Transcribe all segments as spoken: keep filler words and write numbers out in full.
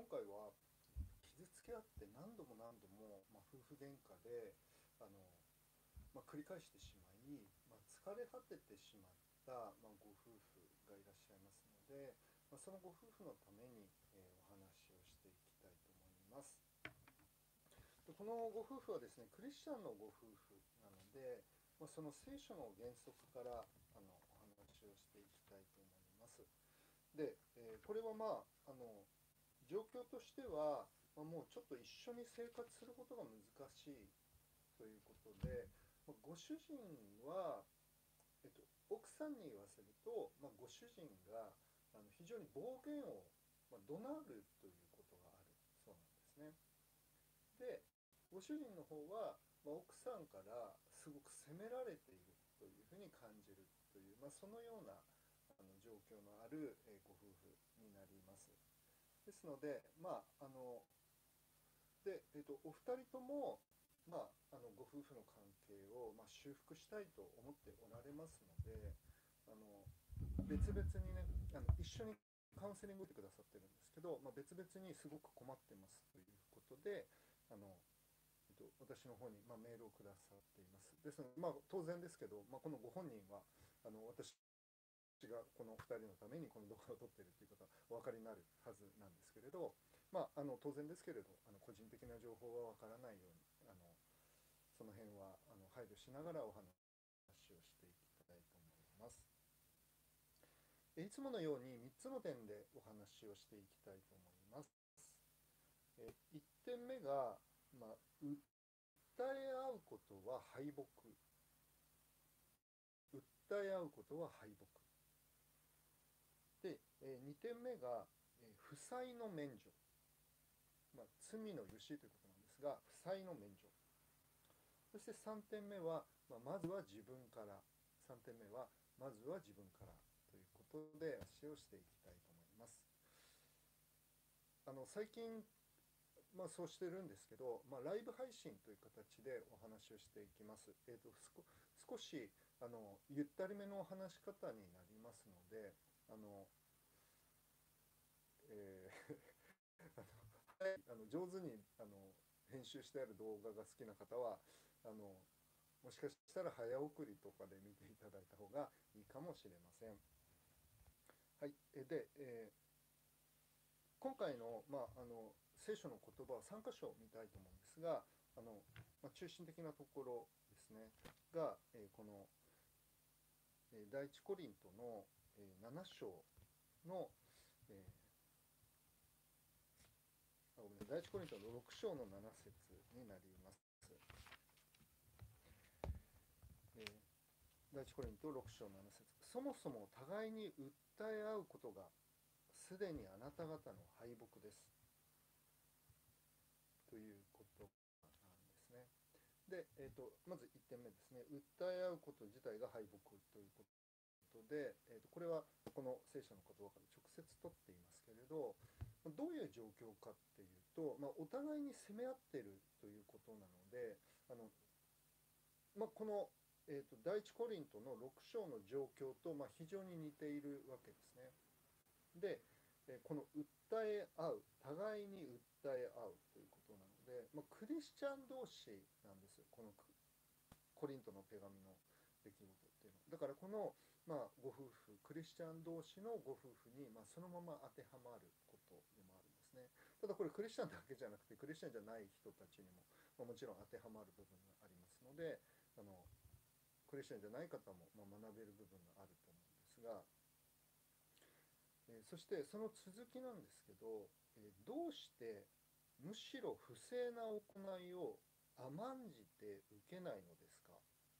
今回は傷つけ合って何度も何度も、まあ、夫婦喧嘩であの、まあ、繰り返してしまい、まあ、疲れ果ててしまった、まあ、ご夫婦がいらっしゃいますので、まあ、そのご夫婦のために、えーお話をしていきたいと思います。でこのご夫婦はですね、クリスチャンのご夫婦なので、まあ、その聖書の原則からあのお話をしていきたいと思います。で、えーこれはまああの状況としては、まあ、もうちょっと一緒に生活することが難しいということで、まあ、ご主人は、えっと、奥さんに言わせると、まあ、ご主人があの非常に暴言を、まあ、怒鳴るということがあるそうなんですね。で、ご主人の方は、まあ、奥さんからすごく責められているというふうに感じるという、まあ、そのようなあの状況のある、えーご夫婦になります。ですので、まああので、えーと、お二人とも、まあ、あのご夫婦の関係を、まあ、修復したいと思っておられますので、あの別々にね、あの一緒にカウンセリングを受けてくださってるんですけど、まあ、別々にすごく困ってますということで、あの、えっと、私の方に、まあ、メールをくださっています。ですので、まあ、当然ですけど、まあ、このご本人はあの私がこのふたりのためにこの動画を撮っているということはお分かりになるはずなんですけれど、まあ、あの当然ですけれど、あの個人的な情報は分からないように、あのその辺はあの配慮しながらお話をしていきたいと思います。いつものようにみっつの点でお話をしていきたいと思います。いってんめが、まあ、訴え合うことは敗北。訴え合うことは敗北。で、にてんめが負債の免除。まあ、罪の許しということなんですが、負債の免除。そしてさんてんめは、まあ、まずは自分から。さんてんめは、まずは自分からということで、話をしていきたいと思います。あの最近、まあ、そうしてるんですけど、まあ、ライブ配信という形でお話をしていきます。えーと、少しあのゆったりめのお話し方になりますので、あの、えーあの上手にあの編集してある動画が好きな方はあのもしかしたら早送りとかで見ていただいた方がいいかもしれません。はい、で、えー、今回の、まあ、あの聖書の言葉はさん箇所見たいと思うんですが、あの、まあ、中心的なところですねが、えー、この、えー、第一コリントの、えー、なな章の、えー第一コリントのろく章のなな節になります。えー、第一コリントろく章なな節。そもそも互いに訴え合うことがすでにあなた方の敗北です。ということなんですね。で、えーと、まずいってんめですね。訴え合うこと自体が敗北ということで、えーと、これはこの聖書の言葉から直接取っていますけれど、どういう状況かっていうと、まあ、お互いに責め合ってるということなので、あの、まあ、この、えーと、第一コリントのろく章の状況と、まあ、非常に似ているわけですね。で、この訴え合う、互いに訴え合うということなので、まあ、クリスチャン同士なんですよ、このコリントの手紙の出来事っていうのは。だからこの、まあ、ご夫婦、クリスチャン同士のご夫婦に、まあ、そのまま当てはまることでもあるんですね。ただこれクリスチャンだけじゃなくて、クリスチャンじゃない人たちにも、まあ、もちろん当てはまる部分がありますので、あのクリスチャンじゃない方も、まあ、学べる部分があると思うんですが、えーそしてその続きなんですけど、えーどうしてむしろ不正な行いを甘んじて受けないのですか。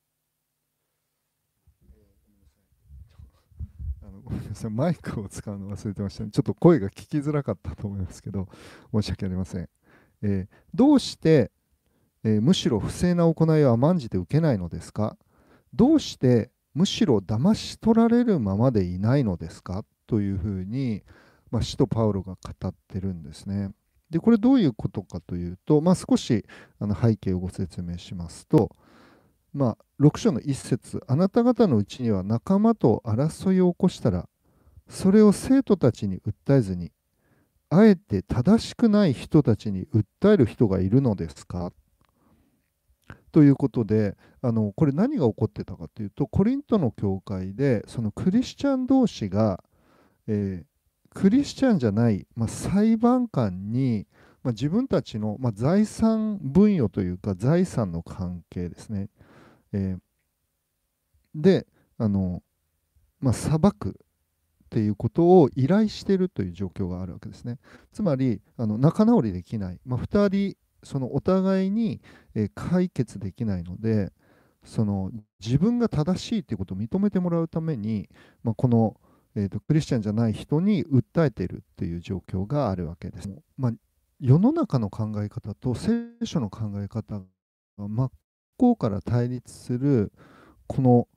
えーごめんなさい。あのごめんなさい、マイクを使うの忘れてましたね。ちょっと声が聞きづらかったと思いますけど、申し訳ありません。えーどうして、えーむしろ不正な行いを甘んじて受けないのですか。どうしてむしろ騙し取られるままでいないのですかというふうに、まあ、使徒パウロが語ってるんですね。で、これどういうことかというと、まあ、少しあの背景をご説明しますと、まあ、ろく章のいち節、あなた方のうちには仲間と争いを起こしたら、それを生徒たちに訴えずに、 あえて正しくない人たちに訴える人がいるのですかということで、あのこれ何が起こってたかというと、コリントの教会でそのクリスチャン同士が、えークリスチャンじゃない、まあ、裁判官に、まあ、自分たちの、まあ、財産分与というか財産の関係ですね、えーであの、まあ、裁くっていうことを依頼しているという状況があるわけですね。つまりあの仲直りできない、まあ、ふたりそのお互いに、えー解決できないので、その自分が正しいということを認めてもらうために、まあ、この、えーと、クリスチャンじゃない人に訴えているっていう状況があるわけです。まあ、世の中の考え方と聖書の考え方が真っ向から対立するこの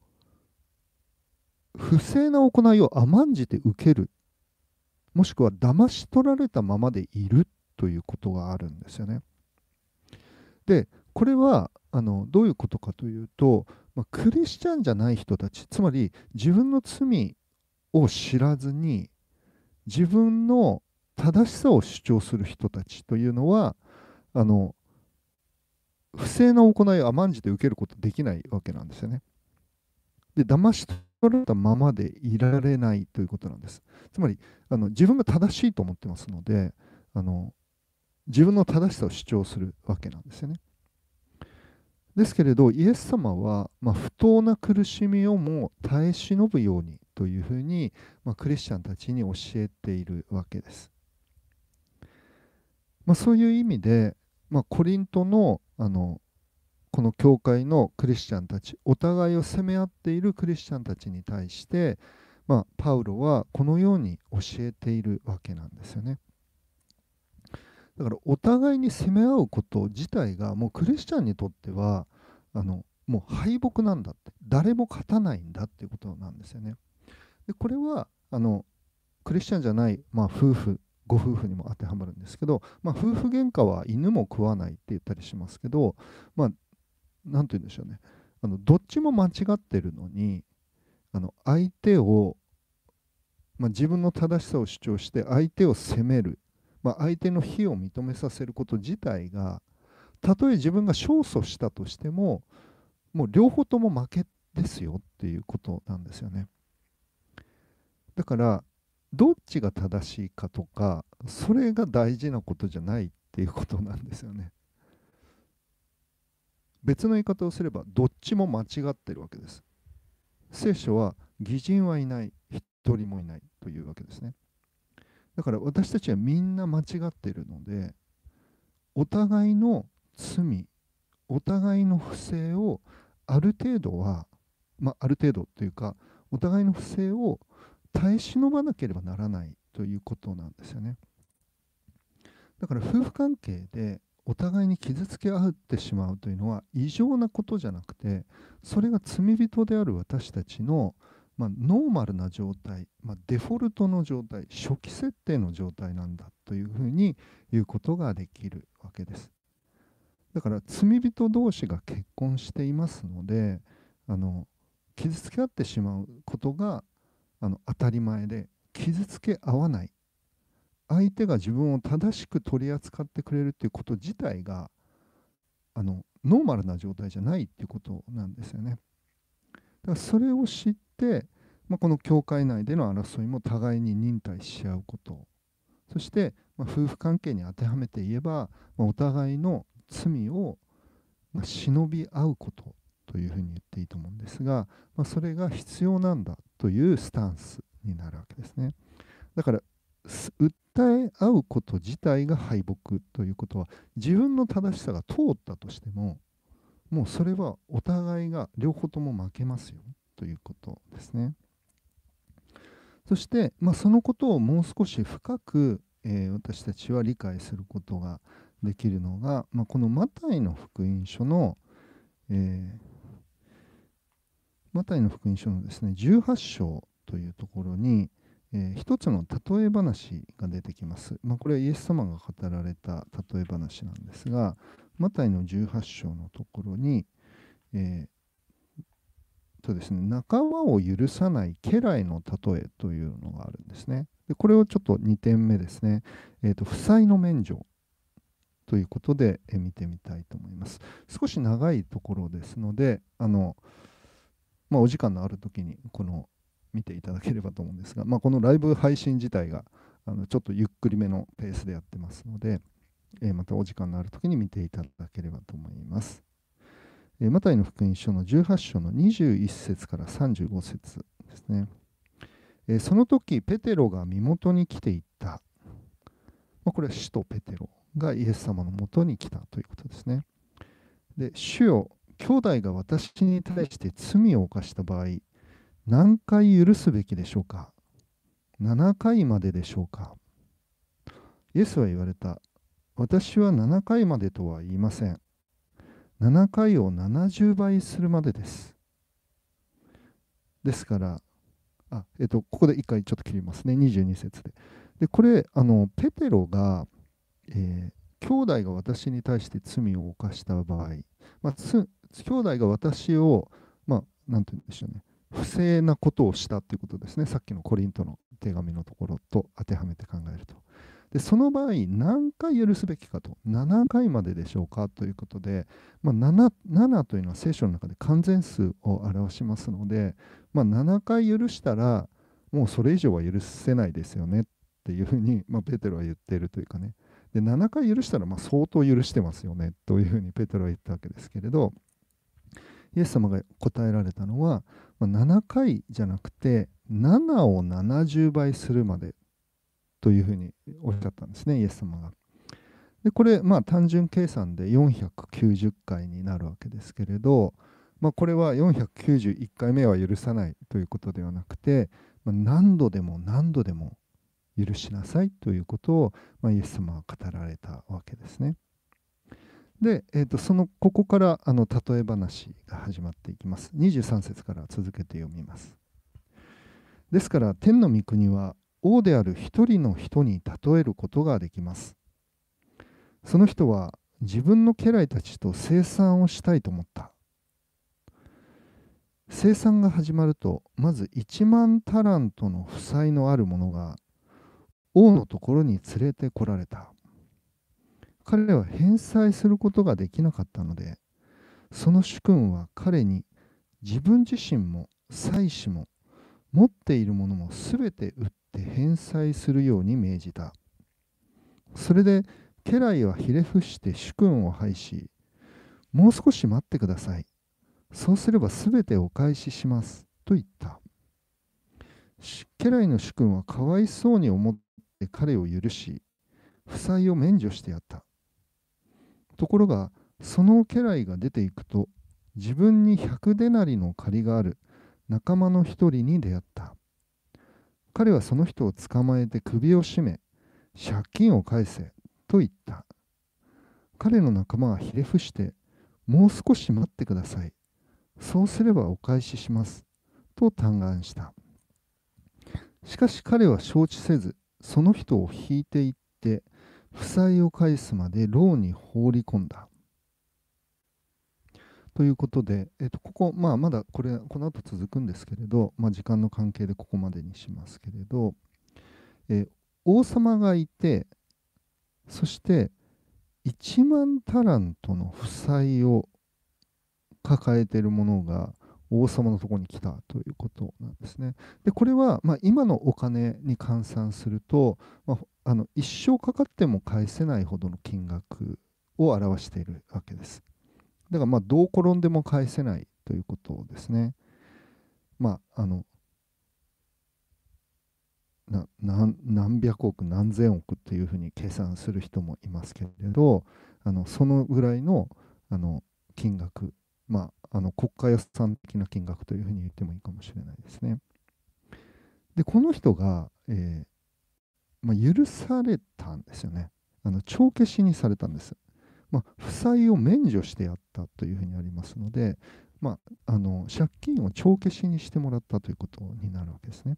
不正な行いを甘んじて受ける、もしくは騙し取られたままでいるということがあるんですよね。で、これはあのどういうことかというと、まあ、クリスチャンじゃない人たち、つまり自分の罪を知らずに自分の正しさを主張する人たちというのは、あの不正な行いを甘んじて受けることできないわけなんですよね。で、騙し取られたままでいられないということなんです。つまりあの自分が正しいと思ってますので、あの自分の正しさを主張するわけなんですよね。ですけれど、イエス様は、まあ、不当な苦しみをも耐え忍ぶようにというふうに、まあ、クリスチャンたちに教えているわけです。まあ、そういう意味で、まあ、コリントの、あのこの教会のクリスチャンたち、お互いを責め合っているクリスチャンたちに対して、まあ、パウロはこのように教えているわけなんですよね。だからお互いに責め合うこと自体がもうクリスチャンにとってはあのもう敗北なんだって、誰も勝たないんだっていうことなんですよね。でこれはあのクリスチャンじゃない、まあ、夫婦ご夫婦にも当てはまるんですけど、まあ、夫婦喧嘩は犬も食わないって言ったりしますけど、まあ、なんて言うんでしょうね、あのどっちも間違ってるのに、あの相手を、まあ、自分の正しさを主張して相手を責める、まあ、相手の非を認めさせること自体が、たとえ自分が勝訴したとしても、もう両方とも負けですよっていうことなんですよね。だから、どっちが正しいかとか、それが大事なことじゃないっていうことなんですよね。別の言い方をすれば、どっちも間違ってるわけです。聖書は、義人はいない、一人もいないというわけですね。だから私たちはみんな間違っているので、お互いの罪、お互いの不正をある程度は、まあ、ある程度というか、お互いの不正を耐え忍ばなければならないということなんですよね。だから夫婦関係でお互いに傷つけ合ってしまうというのは異常なことじゃなくて、それが罪人である私たちの、まあ、ノーマルな状態、まあ、デフォルトの状態、初期設定の状態なんだというふうに言うことができるわけです。だから罪人同士が結婚していますので、あの傷つけ合ってしまうことがあの当たり前で、傷つけ合わない、相手が自分を正しく取り扱ってくれるっていうこと自体があのノーマルな状態じゃないっていうことなんですよね。だからそれを知って、まあ、この教会内での争いも互いに忍耐し合うこと、そして、まあ、夫婦関係に当てはめて言えば、まあ、お互いの罪をまあ、忍び合うことというふうに言っていいと思うんですが、まあ、それが必要なんだというスタンスになるわけですね。だから、訴え合うこと自体が敗北ということは、自分の正しさが通ったとしても、もうそれはお互いが両方とも負けますよということですね。そして、まあ、そのことをもう少し深く、えー私たちは理解することができるのが、まあ、このマタイの福音書の、えーマタイの福音書のですね、じゅうはち章というところに、えー一つの例え話が出てきます。まあ、これはイエス様が語られた例え話なんですが、マタイのじゅうはち章のところに、えーとですね、仲間を許さない家来の例えというのがあるんですね。 でこれをちょっとにてんめですね、えーと、負債の免除ということでえ見てみたいと思います。少し長いところですので、あの、まあ、お時間のあるときにこの見ていただければと思うんですが、まあ、このライブ配信自体があのちょっとゆっくりめのペースでやってますので、えーまたお時間のあるときに見ていただければと思います。えーマタイの福音書のじゅうはち章のにじゅういっ節からさんじゅうご節ですね。えーその時ペテロが身元に来ていった。まあ、これは使徒ペテロがイエス様のもとに来たということですね。で、主よ、兄弟が私に対して罪を犯した場合、何回許すべきでしょうか？ななかいまででしょうか？イエスは言われた。私はななかいまでとは言いません。ななかいをななじゅうばいするまでです。ですから、あ、えっと、ここで一回ちょっと切りますね。にじゅうに節で。で、これ、あの、ペテロが、えー兄弟が私に対して罪を犯した場合、まあ、つ兄弟が私を、まあ、なんて言うんでしょうね、不正なことをしたということですね。さっきのコリントの手紙のところと当てはめて考えると。で、その場合、何回許すべきかと、ななかいまででしょうかということで、まあ、7, ななというのは聖書の中で完全数を表しますので、まあ、ななかい許したら、もうそれ以上は許せないですよねっていうふうに、まあ、ペテロは言っているというかね。でななかい許したらまあ相当許してますよねというふうにペテロは言ったわけですけれど、イエス様が答えられたのは、まあ、ななかいじゃなくてななをななじゅうばいするまでというふうにおっしゃったんですね、イエス様が。でこれ、まあ、単純計算でよんひゃくきゅうじゅっかいになるわけですけれど、まあ、これはよんひゃくきゅうじゅういっかいめは許さないということではなくて、まあ、何度でも何度でも許しなさいということを、まあ、イエス様は語られたわけですね。で、えー、とそのここからあの例え話が始まっていきます。にじゅうさん節から続けて読みます。ですから天の御国は王である一人の人に例えることができます。その人は自分の家来たちと生産をしたいと思った。生産が始まると、まずいちまんタラントの負債のある者が王のところに連れてこられた。彼は返済することができなかったので、その主君は彼に自分自身も妻子も持っているものもすべて売って返済するように命じた。それで家来はひれ伏して主君を拝し、もう少し待ってください。そうすればすべてお返ししますと言った。家来の主君はかわいそうに思って彼を許し、負債を免除してやった。ところが、その家来が出ていくと、自分にひゃくデナリの借りがある仲間の一人に出会った。彼はその人を捕まえて首を絞め、借金を返せと言った。彼の仲間はひれ伏して、もう少し待ってください。そうすればお返しします。と嘆願した。しかし彼は承知せず、その人を引いていって、負債を返すまで牢に放り込んだ。ということで、えっと、ここ、まあ、まだこれ、この後続くんですけれど、まあ、時間の関係でここまでにしますけれど、えー王様がいて、そしていちまんタラントの負債を抱えている者が王様のところに来たということなんですね。で、これは、まあ、今のお金に換算すると、まあ、あの一生かかっても返せないほどの金額を表しているわけです。だからまあどう転んでも返せないということですね。まああのな何何百億何千億っていうふうに計算する人もいますけれど、あのそのぐらいのあの金額、まあ、あの国家予算的な金額というふうに言ってもいいかもしれないですね。でこの人が、えーまあ、許されたんですよね。あの帳消しにされたんです。まあ、負債を免除してやったというふうにありますので、まあ、あの借金を帳消しにしてもらったということになるわけですね。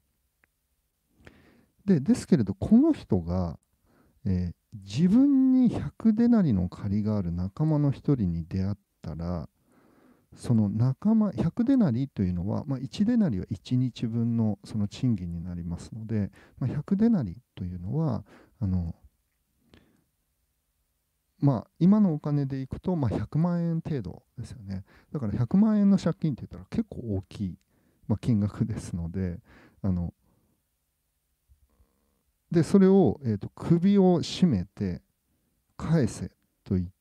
でですけれど、この人が、えー自分にひゃくデナリの借りがある仲間の一人に出会ったら、 その仲間ひゃくデナリというのは、まあ、いちデナリはいちにちぶんのその賃金になりますので、まあ、ひゃくデナリというのはあの、まあ、今のお金でいくと、まあ、ひゃくまんえん程度ですよね。だからひゃくまんえんの借金って言ったら結構大きい、まあ、金額ですので、あのでそれを、えーと、首を絞めて返せと言って、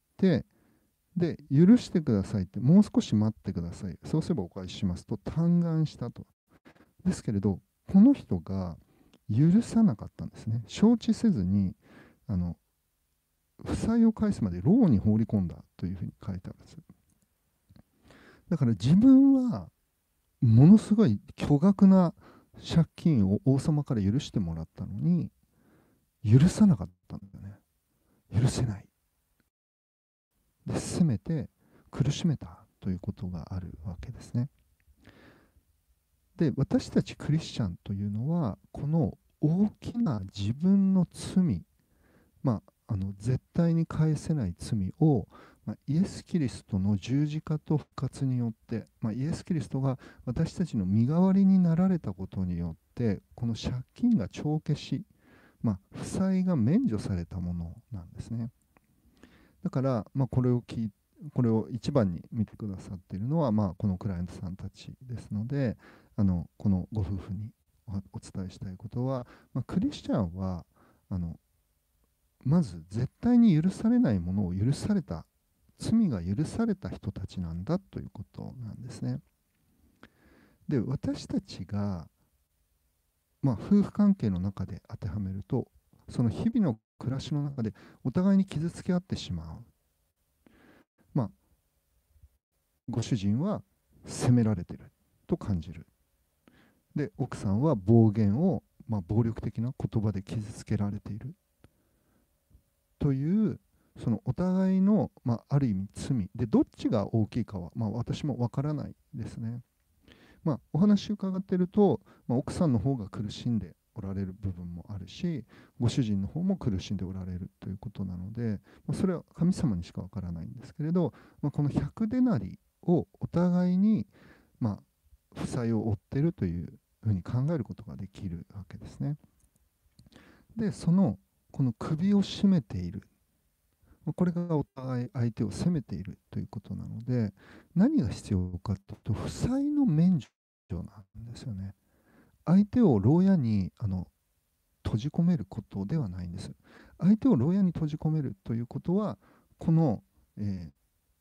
で許してくださいって、もう少し待ってください、そうすればお返ししますと嘆願したと。ですけれど、この人が許さなかったんですね。承知せずにあの負債を返すまで牢に放り込んだというふうに書いてあるんです。だから自分はものすごい巨額な借金を王様から許してもらったのに許さなかったんだよね。許せない。で、せめて苦しめたということがあるわけですね。で、私たちクリスチャンというのは、この大きな自分の罪、まあ、あの絶対に返せない罪を、まあ、イエス・キリストの十字架と復活によって、まあ、イエス・キリストが私たちの身代わりになられたことによって、この借金が帳消し、まあ、負債が免除されたものなんですね。だから、まあ、これを聞いこれを一番に見てくださっているのは、まあ、このクライアントさんたちですので、あのこのご夫婦におお伝えしたいことは、まあ、クリスチャンはあのまず絶対に許されないものを許された、罪が許された人たちなんだということなんですね。で、私たちが、まあ、夫婦関係の中で当てはめると、その日々の暮らしの中でお互いに傷つけ合ってしまう。まあ、ご主人は責められてると感じる。で、奥さんは暴言を、まあ、暴力的な言葉で傷つけられているという、そのお互いの、まあ、ある意味罪で、どっちが大きいかは、まあ、私もわからないですね。まあ、お話伺っていると、まあ、奥さんの方が苦しんでおられる部分もあるし、ご主人の方も苦しんでおられるということなので、まあ、それは神様にしかわからないんですけれど、まあ、このひゃくデナリをお互いに、まあ、負債を負っているというふうに考えることができるわけですね。で、そのこの首を絞めている、これがお互い相手を責めているということなので、何が必要かというと、負債の免除なんですよね。相手を牢屋にあの閉じ込めることではないんです。相手を牢屋に閉じ込めるということは、この、えー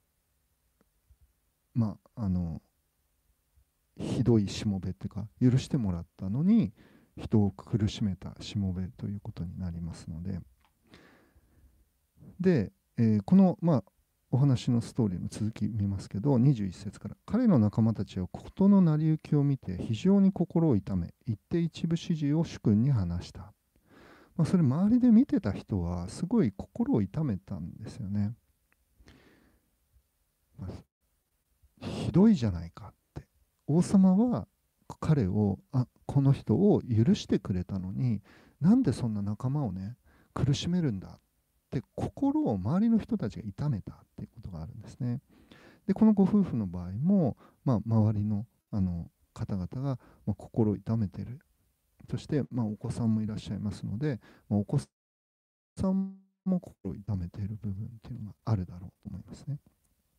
まあ、あのひどいしもべというか、許してもらったのに人を苦しめたしもべということになりますので、で、えーこの、まあ、お話のストーリーの続き見ますけど、にじゅういっ節から、彼の仲間たちは事の成り行きを見て非常に心を痛め、行って一部始終を主君に話した。まあ、それ周りで見てた人はすごい心を痛めたんですよね。まあ、ひどいじゃないかって。王様は彼を、あ、この人を許してくれたのに、なんでそんな仲間をね、苦しめるんだって心を周りの人たちが痛めたっていうことがあるんですね。で、このご夫婦の場合も、まあ、周りのあの方々が、まあ、心を痛めている。そして、まあ、お子さんもいらっしゃいますので、まあ、お子さんも心を痛めている部分っていうのがあるだろうと思いますね。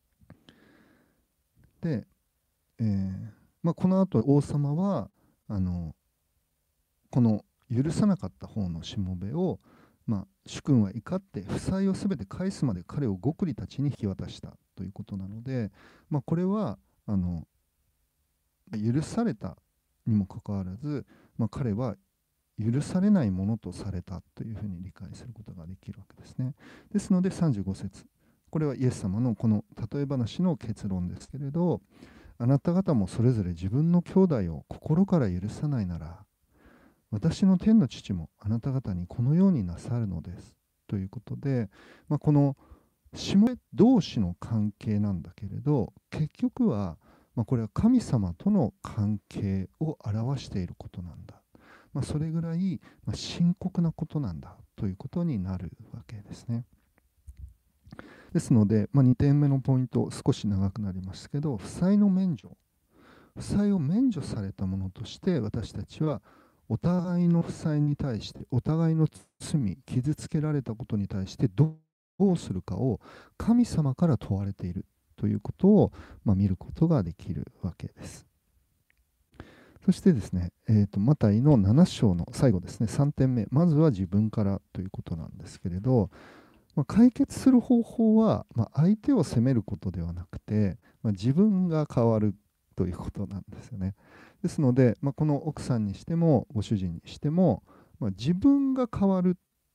で、えーまあ、この後王様はあのこの許さなかった方のしもべを、まあ、主君は怒って負債をすべて返すまで彼を獄吏たちに引き渡したということなので、まあ、これはあの許されたにもかかわらず、まあ、彼は許されないものとされたというふうに理解することができるわけですね。ですのでさんじゅうご節、これはイエス様のこの例え話の結論ですけれど、あなた方もそれぞれ自分の兄弟を心から許さないなら、私の天の父もあなた方にこのようになさるのですということで、まあ、このしもべ同士の関係なんだけれど、結局は、まあ、これは神様との関係を表していることなんだ。まあ、それぐらい、深刻なことなんだということになるわけですね。 ですので、まあ、にてんめのポイント、少し長くなりますけど、負債の免除、負債を免除されたものとして、私たちはお互いの負債に対して、お互いの罪、傷つけられたことに対してどうするかを神様から問われているということを、まあ、見ることができるわけです。そしてですね、えーと、マタイのなな章の最後ですね、さんてんめ、まずは自分からということなんですけれど、まあ、解決する方法は、まあ、相手を責めることではなくて、まあ、自分が変わるということなんですよね。ですので、まあ、この奥さんにしてもご主人にしても、まあ、自分が変わる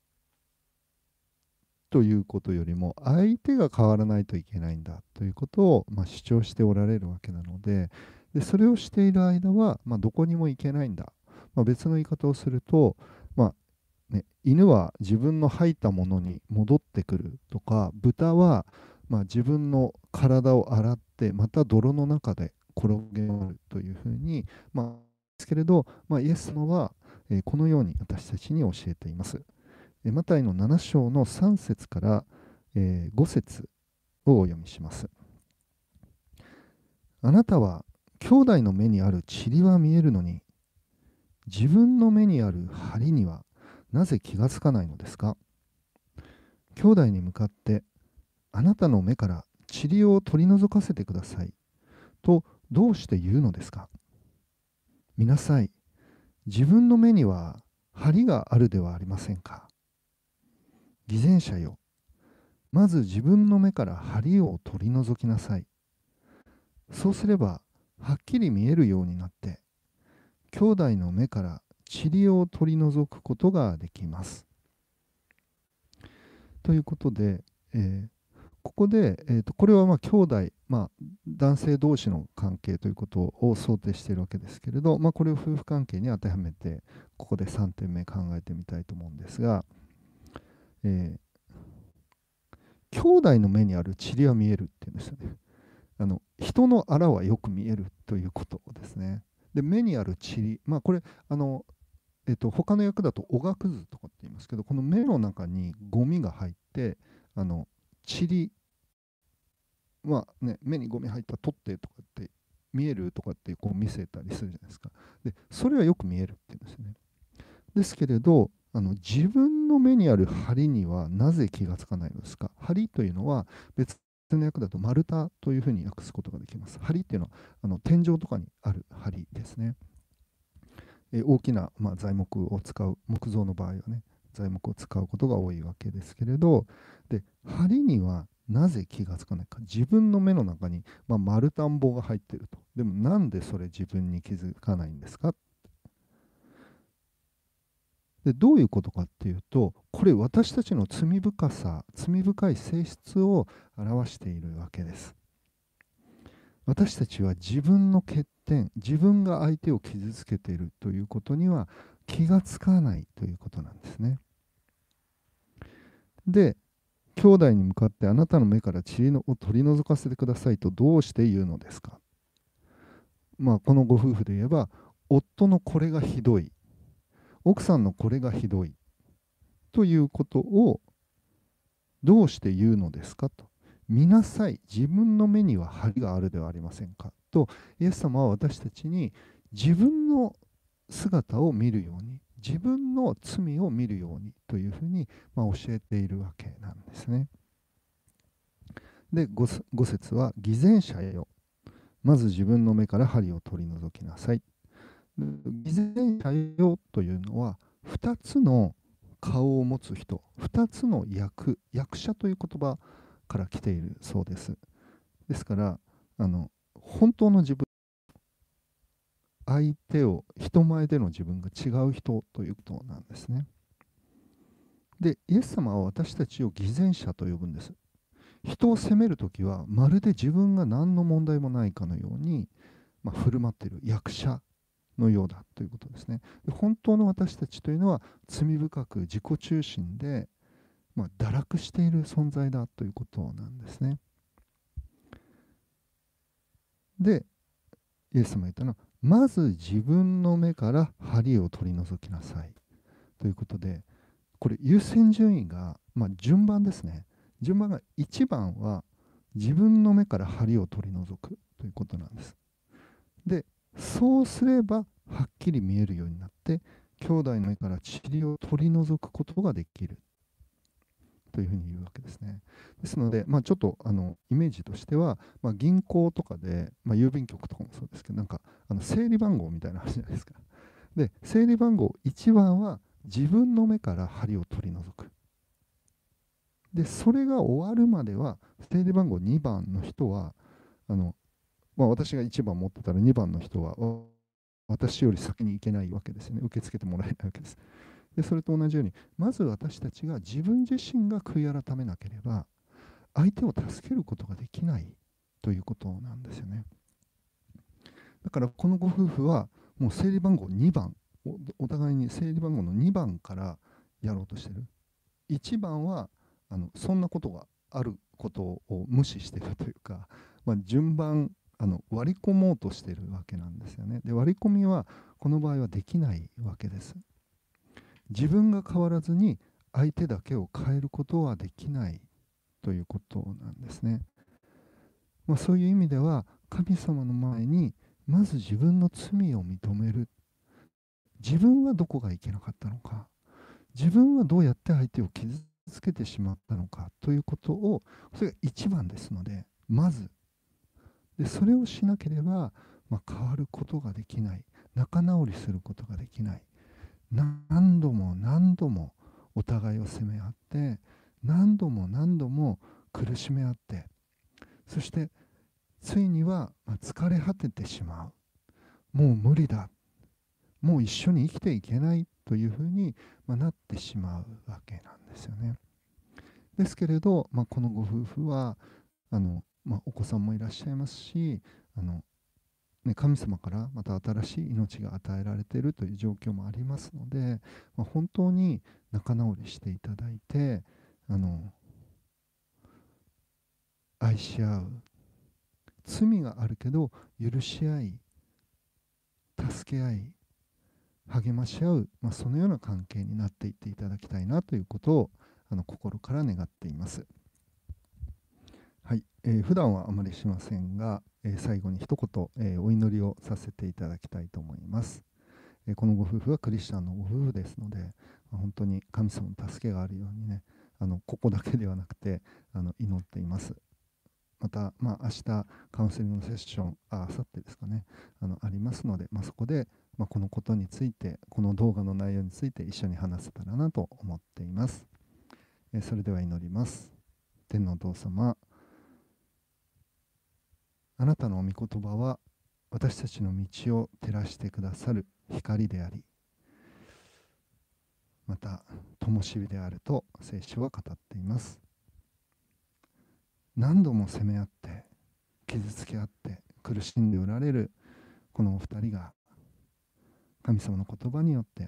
ということよりも相手が変わらないといけないんだということを、まあ、主張しておられるわけなので、でそれをしている間は、まあ、どこにも行けないんだ、まあ、別の言い方をすると、まあね、犬は自分の吐いたものに戻ってくるとか、豚はまあ自分の体を洗ってまた泥の中で転げ回るというふうに、まあ、ですけれど、まあ、イエス様は、えーこのように私たちに教えています。えーマタイのなな章のさん節から、えーご節をお読みします。あなたは兄弟の目にある塵は見えるのに、自分の目にある針にはなぜ気がつかないのですか。兄弟に向かって、あなたの目から塵を取り除かせてくださいとどうして言うのですか。見なさい、自分の目には針があるではありませんか。偽善者よ、まず自分の目から針を取り除きなさい。そうすればはっきり見えるようになって、兄弟の目から塵を取り除くことができます。ということで、えーここで、えーと、これはまあ兄弟、まあ、男性同士の関係ということを想定しているわけですけれど、まあ、これを夫婦関係に当てはめて、ここでさんてんめ考えてみたいと思うんですが、えー、兄弟の目にある塵は見えるっていうんですよね。あの人のあらはよく見えるということですね。で、目にある塵、まあ、これ、あのえっと、他の訳だとおがくずとかって言いますけど、この目の中にゴミが入って、あの塵、まあね、目にゴミ入ったら取ってとかって見えるとかってこう見せたりするじゃないですか。で、それはよく見えるって言うんですよね。ですけれど、あの自分の目にある針にはなぜ気がつかないのですか。針というのは別の訳だと丸太というふうに訳すことができます。針っていうのはあの天井とかにある針ですね。え大きな、まあ、材木を使う、木造の場合はね、材木を使うことが多いわけですけれど、で、針にはなぜ気がつかないか。自分の目の中に、まあ、丸太んぼが入っていると。でもなんでそれ自分に気づかないんですか。で、どういうことかっていうと、これ私たちの罪深さ、罪深い性質を表しているわけです。私たちは自分の欠点、自分が相手を傷つけているということには気がつかないということなんですね。で、兄弟に向かってあなたの目から塵を取り除かせてくださいとどうして言うのですか。まあ、このご夫婦で言えば、夫のこれがひどい、奥さんのこれがひどいということをどうして言うのですかと。見なさい、自分の目には針があるではありませんかと、イエス様は私たちに自分の姿を見るように、自分の罪を見るようにというふうに、まあ、教えているわけなんですね。で、ご節は、偽善者よ、まず自分の目から針を取り除きなさい。偽善者よというのは、ふたつの顔を持つ人、ふたつの役、役者という言葉から来ているそうです。ですから、あの本当の自分、相手を、人前での自分が違う人ということなんですね。で、イエス様は私たちを偽善者と呼ぶんです。人を責めるときは、まるで自分が何の問題もないかのように、まあ、振る舞っている役者のようだということですね。で、本当の私たちというのは罪深く自己中心で、まあ、堕落している存在だということなんですね。で、イエス様が言ったのは、まず自分の目から針を取り除きなさいということで、これ優先順位が、まあ、順番ですね。 順番がいちばんは自分の目から針を取り除くということなんです。で、そうすればはっきり見えるようになって、兄弟の目から塵を取り除くことができるというふうに言うわけですね。ですので、まあ、ちょっとあのイメージとしては、まあ、銀行とかで、まあ、郵便局とかもそうですけど、なんかあの整理番号みたいなのあるじゃないですか。で、整理番号いちばんは自分の目から針を取り除く。で、それが終わるまでは、整理番号にばんの人は、あのまあ、私がいちばん持ってたらにばんの人は私より先に行けないわけですよね。受け付けてもらえないわけです。で、それと同じように、まず私たちが自分自身が悔い改めなければ、相手を助けることができないということなんですよね。だからこのご夫婦は、もう整理番号にばん、お、お互いに整理番号のにばんからやろうとしてる。いちばんはあのそんなことがあることを無視しているというか、まあ、順番あの割り込もうとしているわけなんですよね。で、割り込みはこの場合はできないわけです。自分が変わらずに相手だけを変えることはできないということなんですね。まあ、そういう意味では神様の前にまず自分の罪を認める。自分はどこがいけなかったのか、自分はどうやって相手を傷つけてしまったのかということを、それが一番ですので、まずでそれをしなければ、まあ、変わることができない、仲直りすることができない。何度も何度もお互いを責め合って、何度も何度も苦しめ合って、そしてついにはまあ疲れ果ててしまう、もう無理だ、もう一緒に生きていけないというふうにまあなってしまうわけなんですよね。ですけれど、まあ、このご夫婦はあの、まあ、お子さんもいらっしゃいますし、あのね、神様からまた新しい命が与えられているという状況もありますので、まあ、本当に仲直りしていただいて、あの愛し合う、罪があるけど許し合い、助け合い、励まし合う、まあ、そのような関係になっていっていただきたいなということをあの心から願っています。はい、えー、普段はあまりしませんが、えー、最後に一言、えー、お祈りをさせていただきたいと思います。えー、このご夫婦はクリスチャンのご夫婦ですので、まあ、本当に神様の助けがあるようにね、あのここだけではなくてあの祈っています。また、まあ、明日カウンセリングのセッション、あさってですかね、あのありますので、まあ、そこで、まあ、このことについて、この動画の内容について一緒に話せたらなと思っています。えー、それでは祈ります。天のお父様、あなたの御言葉は私たちの道を照らしてくださる光であり、また灯火であると聖書は語っています。何度も責め合って傷つけ合って苦しんでおられるこのお二人が、神様の言葉によって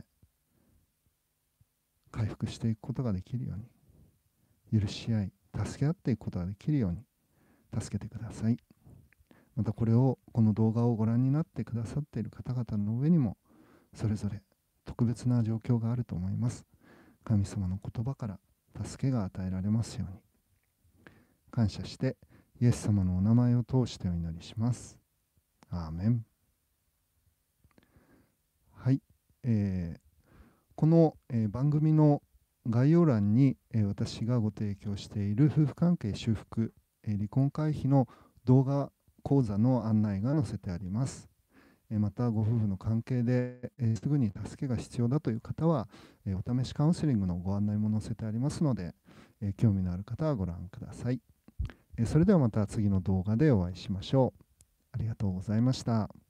回復していくことができるように、許し合い助け合っていくことができるように助けてください。またこれを、この動画をご覧になってくださっている方々の上にもそれぞれ特別な状況があると思います。神様の言葉から助けが与えられますように感謝して、イエス様のお名前を通してお祈りします。アーメン。はい、えー、この、えー、番組の概要欄に、えー、私がご提供している夫婦関係修復、えー、離婚回避の動画講座の案内が載せてあります。またご夫婦の関係ですぐに助けが必要だという方は、お試しカウンセリングのご案内も載せてありますので、興味のある方はご覧ください。それではまた次の動画でお会いしましょう。ありがとうございました。